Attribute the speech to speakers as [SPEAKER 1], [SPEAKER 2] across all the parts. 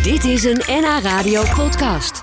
[SPEAKER 1] Dit is een NH Radio podcast.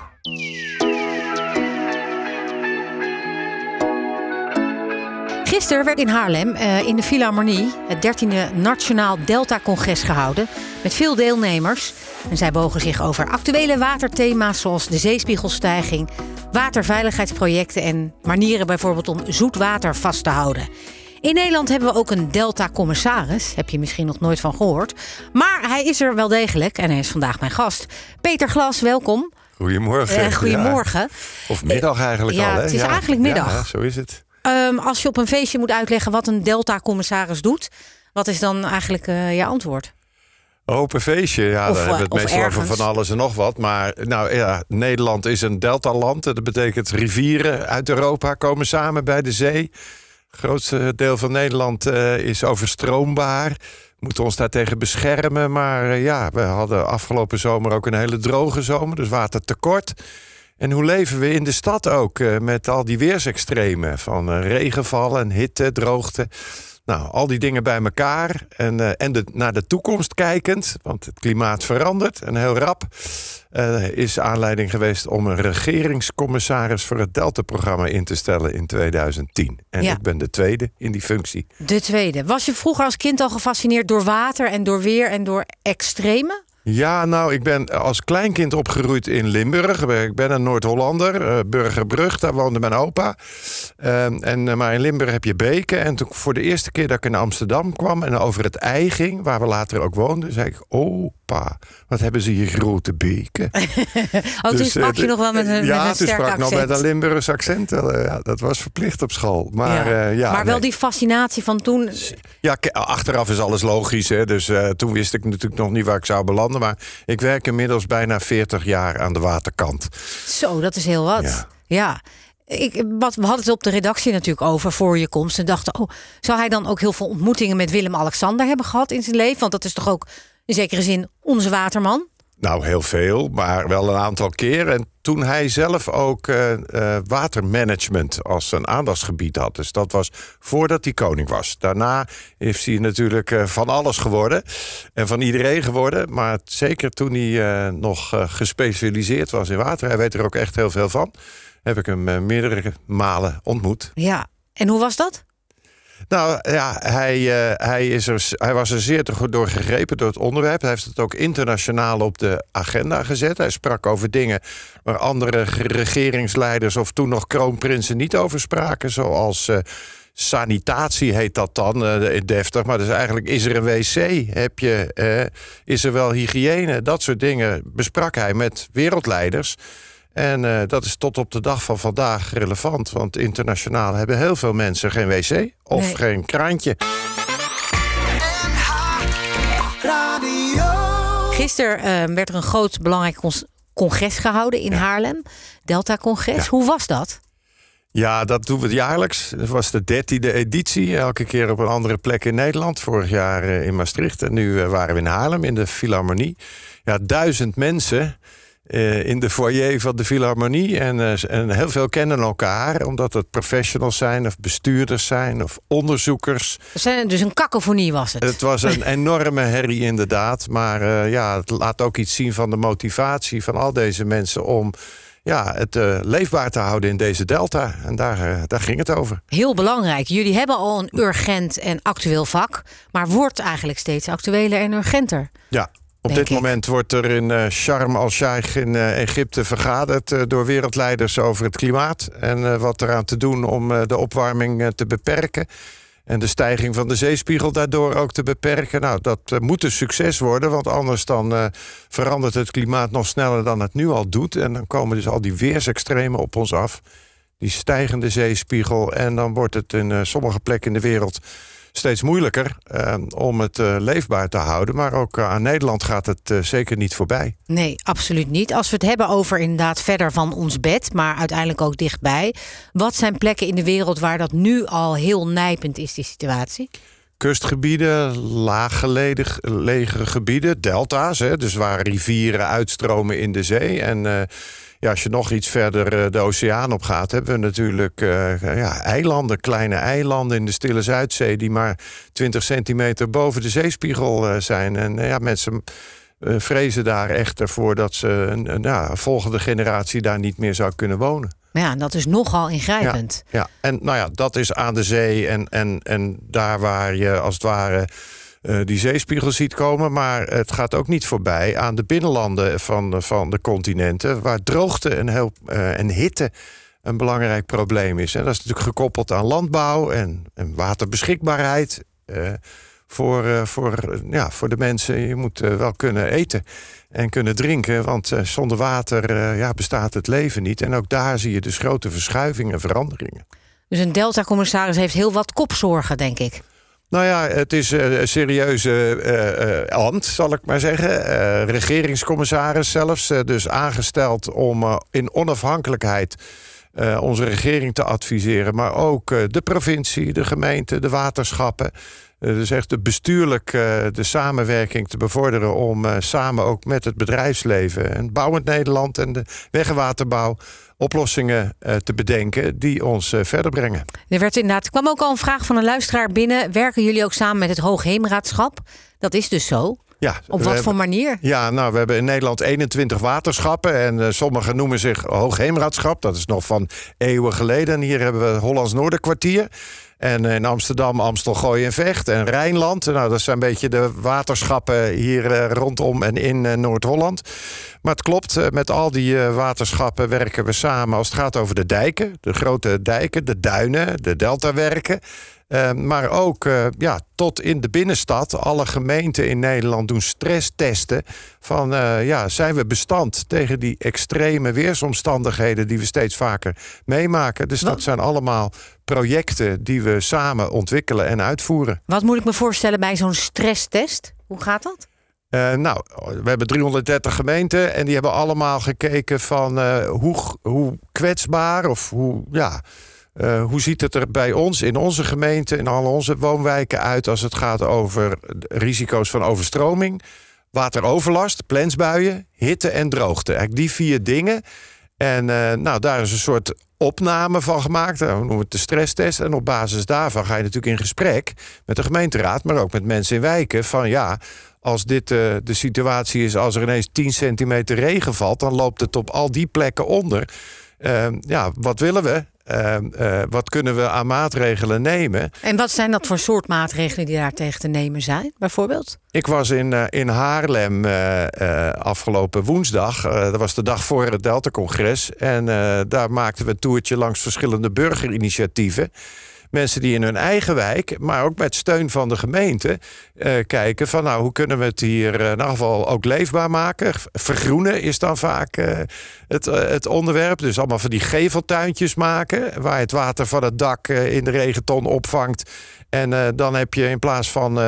[SPEAKER 2] Gisteren werd in Haarlem in de Philharmonie het 13e Nationaal Delta-congres gehouden met veel deelnemers. En zij bogen zich over actuele waterthema's zoals de zeespiegelstijging, waterveiligheidsprojecten en manieren bijvoorbeeld om zoet water vast te houden. In Nederland hebben we ook een Delta-commissaris. Heb je misschien nog nooit van gehoord. Maar hij is er wel degelijk en hij is vandaag mijn gast. Peter Glas, welkom.
[SPEAKER 3] Goedemorgen.
[SPEAKER 2] Goedemorgen.
[SPEAKER 3] Ja. Of middag eigenlijk al. Hè?
[SPEAKER 2] Het is eigenlijk middag.
[SPEAKER 3] Ja, zo is het.
[SPEAKER 2] Als je op een feestje moet uitleggen wat een Delta-commissaris doet, wat is dan eigenlijk je antwoord?
[SPEAKER 3] Open feestje, ja, daar hebben we het meestal over van alles en nog wat. Maar nou ja, Nederland is een deltaland. Dat betekent rivieren uit Europa komen samen bij de zee. Het grootste deel van Nederland is overstroombaar. We moeten ons daartegen beschermen. Maar we hadden afgelopen zomer ook een hele droge zomer. Dus watertekort. En hoe leven we in de stad ook met al die weersextremen van regenval en hitte, droogte. Nou, al die dingen bij elkaar en naar de toekomst kijkend, want het klimaat verandert en heel rap, is aanleiding geweest om een regeringscommissaris voor het Delta-programma in te stellen in 2010. En ik ben de tweede in die functie.
[SPEAKER 2] De tweede. Was je vroeger als kind al gefascineerd door water en door weer en door extremen?
[SPEAKER 3] Ja, nou, ik ben als kleinkind opgegroeid in Limburg. Ik ben een Noord-Hollander, Burgerbrug, daar woonde mijn opa. Maar in Limburg heb je beken. En toen voor de eerste keer dat ik in Amsterdam kwam en over het IJ ging, waar we later ook woonden, zei ik, opa, wat hebben ze hier grote beken.
[SPEAKER 2] Toen sprak je nog wel met een sterk accent.
[SPEAKER 3] Ja, toen sprak ik nog met een Limburgs accent. Dat was verplicht op school. Maar
[SPEAKER 2] wel die fascinatie van toen.
[SPEAKER 3] Ja, achteraf is alles logisch. Hè? Dus toen wist ik natuurlijk nog niet waar ik zou belanden. Maar ik werk inmiddels bijna 40 jaar aan de waterkant.
[SPEAKER 2] Zo, dat is heel wat. Ja. We hadden het op de redactie natuurlijk over voor je komst. En dachten, zou hij dan ook heel veel ontmoetingen met Willem-Alexander hebben gehad in zijn leven? Want dat is toch ook in zekere zin onze waterman?
[SPEAKER 3] Nou, heel veel, maar wel een aantal keer. En toen hij zelf ook watermanagement als een aandachtsgebied had. Dus dat was voordat hij koning was. Daarna is hij natuurlijk van alles geworden. En van iedereen geworden. Maar zeker toen hij nog gespecialiseerd was in water. Hij weet er ook echt heel veel van. Heb ik hem meerdere malen ontmoet.
[SPEAKER 2] Ja, en hoe was dat?
[SPEAKER 3] Nou ja, hij was er zeer door gegrepen door het onderwerp. Hij heeft het ook internationaal op de agenda gezet. Hij sprak over dingen waar andere regeringsleiders of toen nog kroonprinsen niet over spraken. Zoals sanitatie heet dat dan, deftig. Maar dus eigenlijk, is er een wc? Is er wel hygiëne? Dat soort dingen besprak hij met wereldleiders. En dat is tot op de dag van vandaag relevant. Want internationaal hebben heel veel mensen geen wc of geen kraantje.
[SPEAKER 2] Gisteren werd er een groot belangrijk congres gehouden in Haarlem. Delta-congres. Ja. Hoe was dat?
[SPEAKER 3] Ja, dat doen we jaarlijks. Dat was de 13e editie. Elke keer op een andere plek in Nederland. Vorig jaar in Maastricht. En nu waren we in Haarlem in de Philharmonie. Ja, 1000 mensen in de foyer van de Philharmonie. En heel veel kennen elkaar, omdat het professionals zijn of bestuurders zijn of onderzoekers.
[SPEAKER 2] Dus een kakofonie was het.
[SPEAKER 3] Het was een enorme herrie inderdaad. Maar het laat ook iets zien van de motivatie van al deze mensen om het leefbaar te houden in deze delta. En daar ging het over.
[SPEAKER 2] Heel belangrijk. Jullie hebben al een urgent en actueel vak, maar wordt eigenlijk steeds actueler en urgenter.
[SPEAKER 3] Ja. Op dit moment wordt er in Sharm el-Sheikh in Egypte vergaderd door wereldleiders over het klimaat. En wat eraan te doen om de opwarming te beperken. En de stijging van de zeespiegel daardoor ook te beperken. Nou, dat moet een succes worden, want anders dan verandert het klimaat nog sneller dan het nu al doet. En dan komen dus al die weersextremen op ons af. Die stijgende zeespiegel. En dan wordt het in sommige plekken in de wereld steeds moeilijker om het leefbaar te houden. Maar ook aan Nederland gaat het zeker niet voorbij.
[SPEAKER 2] Nee, absoluut niet. Als we het hebben over inderdaad verder van ons bed, maar uiteindelijk ook dichtbij. Wat zijn plekken in de wereld waar dat nu al heel nijpend is, die situatie?
[SPEAKER 3] Kustgebieden, laaggelegen gebieden, delta's. Dus waar rivieren uitstromen in de zee. En als je nog iets verder de oceaan op gaat, hebben we natuurlijk eilanden, kleine eilanden in de Stille Zuidzee die maar 20 centimeter boven de zeespiegel zijn. En mensen vrezen daar echt ervoor dat ze een volgende generatie daar niet meer zou kunnen wonen.
[SPEAKER 2] Ja, dat is nogal ingrijpend.
[SPEAKER 3] Ja. En dat is aan de zee en daar waar je als het ware die zeespiegel ziet komen. Maar het gaat ook niet voorbij aan de binnenlanden van de continenten, waar droogte en hitte een belangrijk probleem is. En dat is natuurlijk gekoppeld aan landbouw en waterbeschikbaarheid. Voor de mensen, je moet wel kunnen eten en kunnen drinken, want zonder water bestaat het leven niet. En ook daar zie je dus grote verschuivingen en veranderingen.
[SPEAKER 2] Dus een Delta-commissaris heeft heel wat kopzorgen, denk ik.
[SPEAKER 3] Nou ja, het is een serieuze ambt, zal ik maar zeggen. Regeringscommissaris zelfs, dus aangesteld om in onafhankelijkheid onze regering te adviseren, maar ook de provincie, de gemeente, de waterschappen. Dus echt bestuurlijk de samenwerking te bevorderen om samen ook met het bedrijfsleven en Bouwend Nederland en de Weggenwaterbouw oplossingen te bedenken die ons verder brengen.
[SPEAKER 2] Er kwam ook al een vraag van een luisteraar binnen. Werken jullie ook samen met het Hoogheemraadschap? Dat is dus zo.
[SPEAKER 3] Ja,
[SPEAKER 2] op wat voor manier?
[SPEAKER 3] Ja, nou, we hebben in Nederland 21 waterschappen en sommigen noemen zich Hoogheemraadschap. Dat is nog van eeuwen geleden. En hier hebben we Hollands Noorderkwartier. En in Amsterdam, Amstel, Gooi en Vecht en Rijnland. Nou, dat zijn een beetje de waterschappen hier rondom en in Noord-Holland. Maar het klopt, met al die waterschappen werken we samen als het gaat over de dijken. De grote dijken, de duinen, de deltawerken. Maar ook tot in de binnenstad. Alle gemeenten in Nederland doen stresstesten van zijn we bestand tegen die extreme weersomstandigheden die we steeds vaker meemaken. Dus dat zijn allemaal projecten die we samen ontwikkelen en uitvoeren.
[SPEAKER 2] Wat moet ik me voorstellen bij zo'n stresstest? Hoe gaat dat?
[SPEAKER 3] We hebben 330 gemeenten en die hebben allemaal gekeken van hoe kwetsbaar of hoe ziet het er bij ons in onze gemeente, in al onze woonwijken uit als het gaat over risico's van overstroming, wateroverlast, plensbuien, hitte en droogte. Eigenlijk die 4 dingen. En daar is een soort opname van gemaakt. We noemen het de stresstest. En op basis daarvan ga je natuurlijk in gesprek met de gemeenteraad, maar ook met mensen in wijken van als dit de situatie is, als er ineens 10 centimeter regen valt, dan loopt het op al die plekken onder. Wat willen we? Wat kunnen we aan maatregelen nemen?
[SPEAKER 2] En wat zijn dat voor soort maatregelen die daar tegen te nemen zijn, bijvoorbeeld?
[SPEAKER 3] Ik was in Haarlem afgelopen woensdag. Dat was de dag voor het Delta-congres. En daar maakten we een toertje langs verschillende burgerinitiatieven. Mensen die in hun eigen wijk, maar ook met steun van de gemeente, kijken van hoe kunnen we het hier in ieder geval ook leefbaar maken. Vergroenen is dan vaak het onderwerp. Dus allemaal van die geveltuintjes maken, waar het water van het dak in de regenton opvangt. En dan heb je in plaats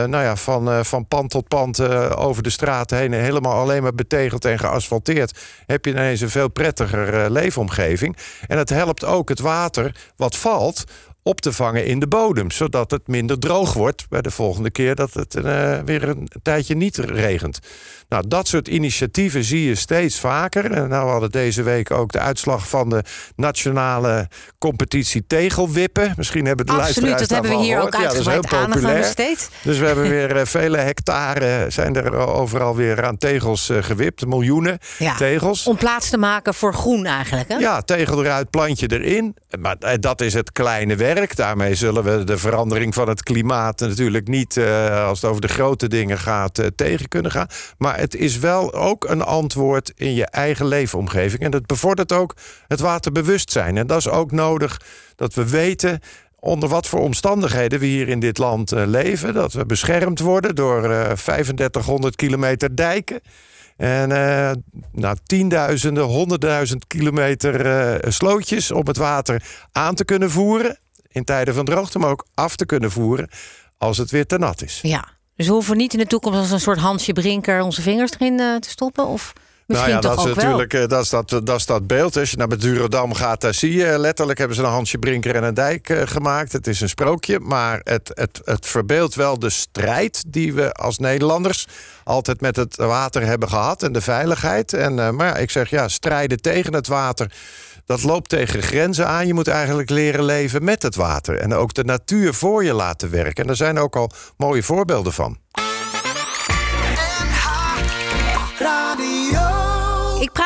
[SPEAKER 3] van pand tot pand over de straat heen helemaal alleen maar betegeld en geasfalteerd, heb je ineens een veel prettiger leefomgeving. En het helpt ook het water wat valt op te vangen in de bodem, zodat het minder droog wordt bij de volgende keer dat het weer een tijdje niet regent. Nou, dat soort initiatieven zie je steeds vaker. En we hadden deze week ook de uitslag van de nationale competitie tegelwippen. Misschien hebben de luisteraars
[SPEAKER 2] dat hebben we hier
[SPEAKER 3] gehoord.
[SPEAKER 2] Ook uitgebreid aandacht aan besteed.
[SPEAKER 3] Dus we hebben weer vele hectare, zijn er overal weer aan tegels gewipt. Miljoenen tegels.
[SPEAKER 2] Om plaats te maken voor groen eigenlijk, hè?
[SPEAKER 3] Ja, tegel eruit, plantje erin. Maar dat is het kleine werk. Daarmee zullen we de verandering van het klimaat natuurlijk niet, als het over de grote dingen gaat, tegen kunnen gaan. Maar het is wel ook een antwoord in je eigen leefomgeving. En dat bevordert ook het waterbewustzijn. En dat is ook nodig dat we weten onder wat voor omstandigheden we hier in dit land leven. Dat we beschermd worden door 3500 kilometer dijken. En tienduizenden, 100.000 kilometer slootjes om het water aan te kunnen voeren in tijden van droogte, maar ook af te kunnen voeren als het weer te nat is.
[SPEAKER 2] Ja, dus we hoeven niet in de toekomst als een soort Hansje Brinker onze vingers erin te stoppen? Of misschien toch ook
[SPEAKER 3] natuurlijk, dat is dat beeld. Als je naar Madurodam gaat, daar zie je letterlijk hebben ze een Hansje Brinker en een dijk gemaakt. Het is een sprookje, maar het verbeeldt wel de strijd die we als Nederlanders altijd met het water hebben gehad en de veiligheid. Maar ik zeg strijden tegen het water, dat loopt tegen grenzen aan. Je moet eigenlijk leren leven met het water. En ook de natuur voor je laten werken. En daar zijn ook al mooie voorbeelden van.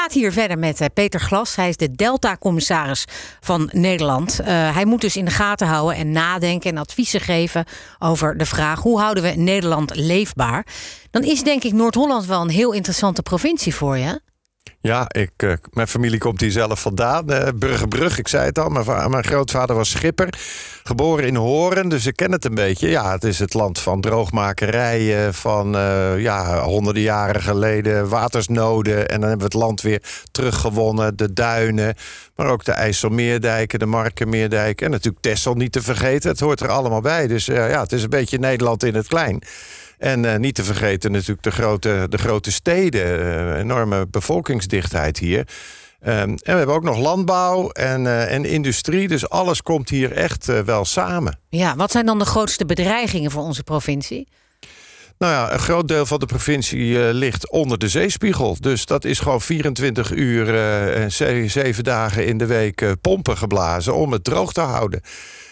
[SPEAKER 2] praten hier verder met Peter Glas. Hij is de Delta-commissaris van Nederland. Hij moet dus in de gaten houden en nadenken en adviezen geven over de vraag: hoe houden we Nederland leefbaar? Dan is denk ik Noord-Holland wel een heel interessante provincie voor je.
[SPEAKER 3] Ja, mijn familie komt hier zelf vandaan. Burgerbrug, ik zei het al. Mijn grootvader was schipper. Geboren in Hoorn, dus ik ken het een beetje. Ja, het is het land van droogmakerijen, van honderden jaren geleden watersnoden. En dan hebben we het land weer teruggewonnen. De duinen, maar ook de IJsselmeerdijken, de Markenmeerdijk. En natuurlijk Texel niet te vergeten. Het hoort er allemaal bij. Dus het is een beetje Nederland in het klein. En niet te vergeten natuurlijk de grote steden. Enorme bevolkingsdichtheid hier. En we hebben ook nog landbouw en industrie. Dus alles komt hier echt wel samen.
[SPEAKER 2] Ja, wat zijn dan de grootste bedreigingen voor onze provincie?
[SPEAKER 3] Nou ja, een groot deel van de provincie ligt onder de zeespiegel. Dus dat is gewoon 24 uur en 7 dagen in de week pompen geblazen om het droog te houden.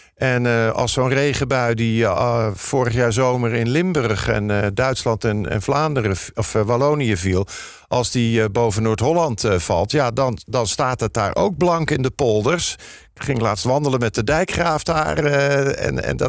[SPEAKER 3] En als zo'n regenbui die vorig jaar zomer in Limburg en Duitsland en Vlaanderen of Wallonië viel, als die boven Noord-Holland valt, ja, dan staat het daar ook blank in de polders. Ik ging laatst wandelen met de dijkgraaf daar en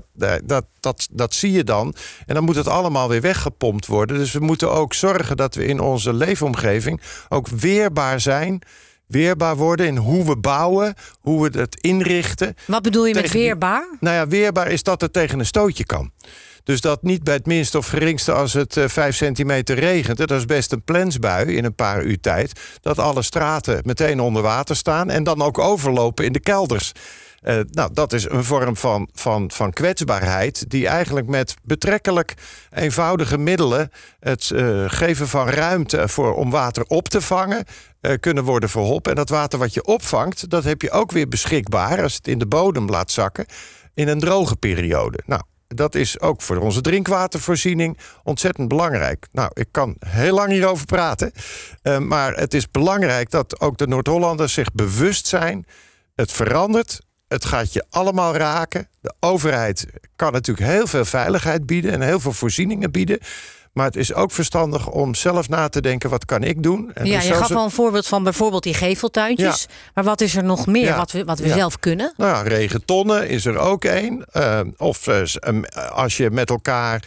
[SPEAKER 3] dat zie je dan. En dan moet het allemaal weer weggepompt worden. Dus we moeten ook zorgen dat we in onze leefomgeving ook weerbaar zijn. Weerbaar worden in hoe we bouwen, hoe we het inrichten.
[SPEAKER 2] Wat bedoel je met weerbaar?
[SPEAKER 3] Nou ja, weerbaar is dat het tegen een stootje kan. Dus dat niet bij het minste of geringste als het 5 centimeter regent, dat is best een plensbui in een paar uur tijd, dat alle straten meteen onder water staan en dan ook overlopen in de kelders. Dat is een vorm van kwetsbaarheid die eigenlijk met betrekkelijk eenvoudige middelen, het geven van ruimte om water op te vangen, kunnen worden verholpen. En dat water wat je opvangt, dat heb je ook weer beschikbaar als het in de bodem laat zakken in een droge periode. Nou, dat is ook voor onze drinkwatervoorziening ontzettend belangrijk. Nou, ik kan heel lang hierover praten, maar het is belangrijk dat ook de Noord-Hollanders zich bewust zijn. Het verandert. Het gaat je allemaal raken. De overheid kan natuurlijk heel veel veiligheid bieden en heel veel voorzieningen bieden. Maar het is ook verstandig om zelf na te denken, wat kan ik doen? En
[SPEAKER 2] je gaf al een voorbeeld van bijvoorbeeld die geveltuintjes. Ja. Maar wat is er nog meer wat we zelf kunnen?
[SPEAKER 3] Nou ja, regentonnen is er ook één. Als je met elkaar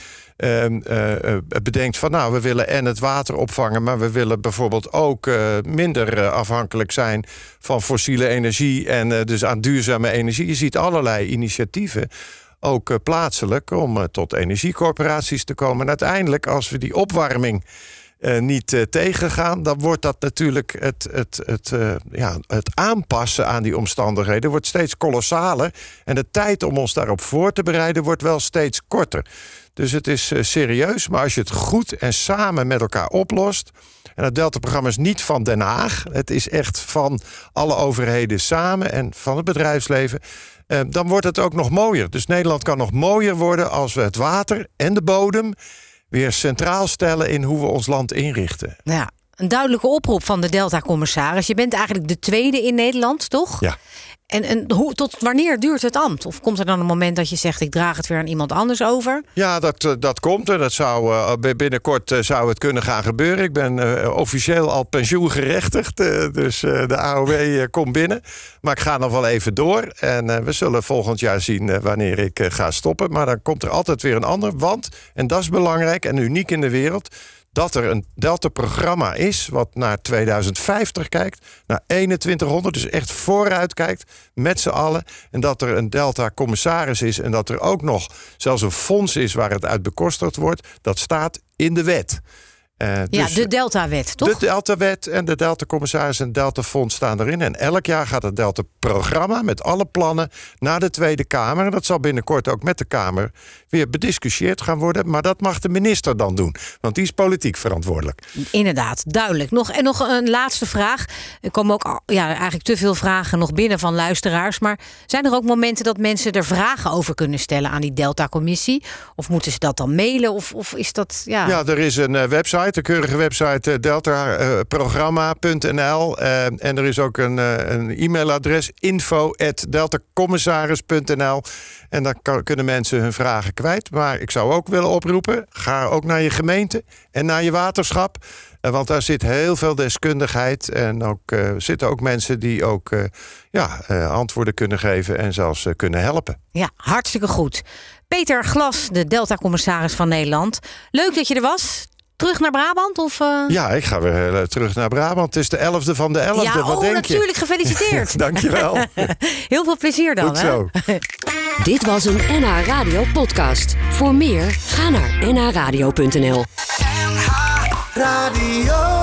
[SPEAKER 3] bedenkt van we willen en het water opvangen, maar we willen bijvoorbeeld ook minder afhankelijk zijn van fossiele energie en dus aan duurzame energie. Je ziet allerlei initiatieven, ook plaatselijk, om tot energiecorporaties te komen. En uiteindelijk, als we die opwarming niet tegengaan, dan wordt dat natuurlijk het aanpassen aan die omstandigheden wordt steeds kolossaler. En de tijd om ons daarop voor te bereiden wordt wel steeds korter. Dus het is serieus, maar als je het goed en samen met elkaar oplost. En het Delta-programma is niet van Den Haag. Het is echt van alle overheden samen en van het bedrijfsleven. Dan wordt het ook nog mooier. Dus Nederland kan nog mooier worden als we het water en de bodem weer centraal stellen in hoe we ons land inrichten.
[SPEAKER 2] Ja, een duidelijke oproep van de Delta-commissaris. Je bent eigenlijk de tweede in Nederland, toch?
[SPEAKER 3] Ja.
[SPEAKER 2] En tot wanneer duurt het ambt? Of komt er dan een moment dat je zegt, ik draag het weer aan iemand anders over?
[SPEAKER 3] Ja, dat komt er. Dat zou binnenkort zou het kunnen gaan gebeuren. Ik ben officieel al pensioengerechtigd. Dus de AOW komt binnen. Maar ik ga nog wel even door. En we zullen volgend jaar zien wanneer ik ga stoppen. Maar dan komt er altijd weer een ander. Want, en dat is belangrijk en uniek in de wereld, dat er een Delta-programma is wat naar 2050 kijkt, naar 2100, dus echt vooruit kijkt met z'n allen. En dat er een Delta-commissaris is en dat er ook nog zelfs een fonds is waar het uit bekostigd wordt. Dat staat in de wet.
[SPEAKER 2] Dus de Delta-wet, toch?
[SPEAKER 3] De Delta-wet en de Delta-commissaris en het Delta-fonds staan erin. En elk jaar gaat het Delta-programma met alle plannen naar de Tweede Kamer. En dat zal binnenkort ook met de Kamer weer bediscussieerd gaan worden. Maar dat mag de minister dan doen, want die is politiek verantwoordelijk.
[SPEAKER 2] Inderdaad, duidelijk. Nog een laatste vraag. Er komen ook eigenlijk te veel vragen nog binnen van luisteraars. Maar zijn er ook momenten dat mensen er vragen over kunnen stellen aan die Delta-commissie? Of moeten ze dat dan mailen? Of is dat... Ja,
[SPEAKER 3] er is een website, een keurige website, deltaprogramma.nl. En er is ook een e-mailadres, info@deltacommissaris.nl. En daar kunnen mensen hun vragen kwijt. Maar ik zou ook willen oproepen, ga ook naar je gemeente en naar je waterschap. Want daar zit heel veel deskundigheid. En ook zitten ook mensen die ook antwoorden kunnen geven en zelfs kunnen helpen.
[SPEAKER 2] Ja, hartstikke goed. Peter Glas, de Delta-commissaris van Nederland. Leuk dat je er was. Terug naar Brabant? Of,
[SPEAKER 3] Ja, ik ga weer terug naar Brabant. Het is de 11e van de 11e.
[SPEAKER 2] Ja,
[SPEAKER 3] wat denk
[SPEAKER 2] natuurlijk.
[SPEAKER 3] je?
[SPEAKER 2] Gefeliciteerd.
[SPEAKER 3] Dankjewel.
[SPEAKER 2] Heel veel plezier dan.
[SPEAKER 3] Goed zo.
[SPEAKER 1] Dit was een NH Radio podcast. Voor meer, ga naar nhradio.nl.
[SPEAKER 4] NH Radio.